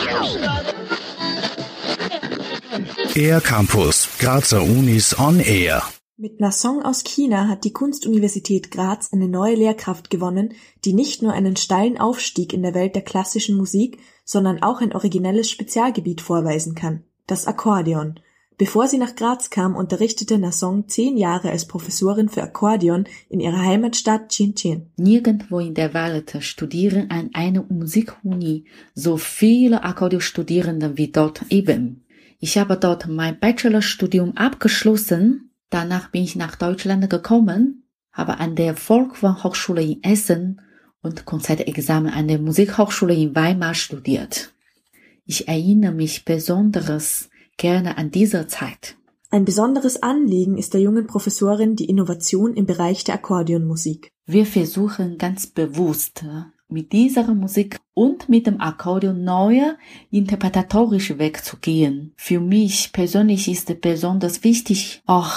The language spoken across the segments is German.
Air Campus, Grazer Unis on Air. Mit einer Song aus China hat die Kunstuniversität Graz eine neue Lehrkraft gewonnen, die nicht nur einen steilen Aufstieg in der Welt der klassischen Musik, sondern auch ein originelles Spezialgebiet vorweisen kann, das Akkordeon. Bevor sie nach Graz kam, unterrichtete Nasong 10 Jahre als Professorin für Akkordeon in ihrer Heimatstadt Chinchín. Nirgendwo in der Welt studieren an einer Musikuni so viele Akkordeonstudierende wie dort eben. Ich habe dort mein Bachelorstudium abgeschlossen. Danach bin ich nach Deutschland gekommen, habe an der Folkwang-Hochschule in Essen und Konzertexamen an der Musikhochschule in Weimar studiert. Ich erinnere mich besonders gerne an diese Zeit. Ein besonderes Anliegen ist der jungen Professorin die Innovation im Bereich der Akkordeonmusik. Wir versuchen ganz bewusst, mit dieser Musik und mit dem Akkordeon neue interpretatorische Weg zu gehen. Für mich persönlich ist besonders wichtig auch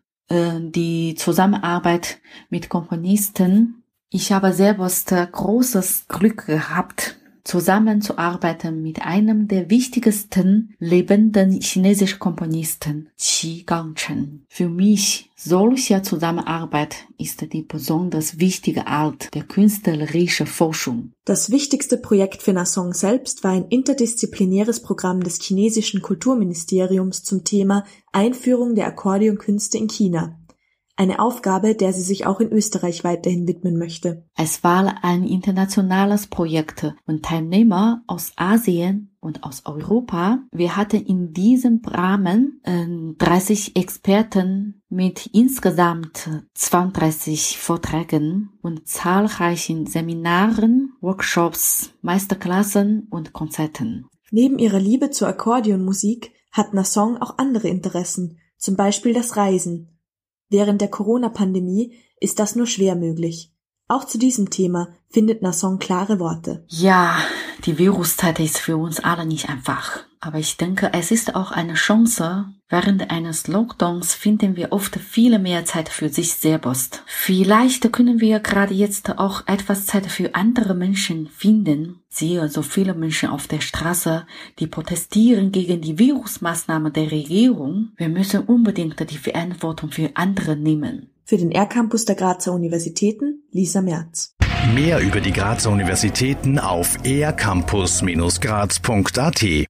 die Zusammenarbeit mit Komponisten. Ich habe selbst großes Glück gehabt, zusammenzuarbeiten mit einem der wichtigsten lebenden chinesischen Komponisten, Qi Gangchen. Für mich solche Zusammenarbeit ist die besonders wichtige Art der künstlerischen Forschung. Das wichtigste Projekt für Nasong selbst war ein interdisziplinäres Programm des chinesischen Kulturministeriums zum Thema Einführung der Akkordeonkünste in China. Eine Aufgabe, der sie sich auch in Österreich weiterhin widmen möchte. Es war ein internationales Projekt und Teilnehmer aus Asien und aus Europa. Wir hatten in diesem Rahmen 30 Experten mit insgesamt 32 Vorträgen und zahlreichen Seminaren, Workshops, Meisterklassen und Konzerten. Neben ihrer Liebe zur Akkordeonmusik hat Nasong auch andere Interessen, zum Beispiel das Reisen. Während der Corona-Pandemie ist das nur schwer möglich. Auch zu diesem Thema findet Nasong klare Worte. Ja, die Viruszeit ist für uns alle nicht einfach. Aber ich denke, es ist auch eine Chance. Während eines Lockdowns finden wir oft viel mehr Zeit für sich selbst. Vielleicht können wir gerade jetzt auch etwas Zeit für andere Menschen finden. Sehe so viele Menschen auf der Straße, die protestieren gegen die Virusmaßnahmen der Regierung. Wir müssen unbedingt die Verantwortung für andere nehmen. Für den Air Campus der Grazer Universitäten, Lisa Merz. Mehr über die Grazer Universitäten auf aircampus-graz.at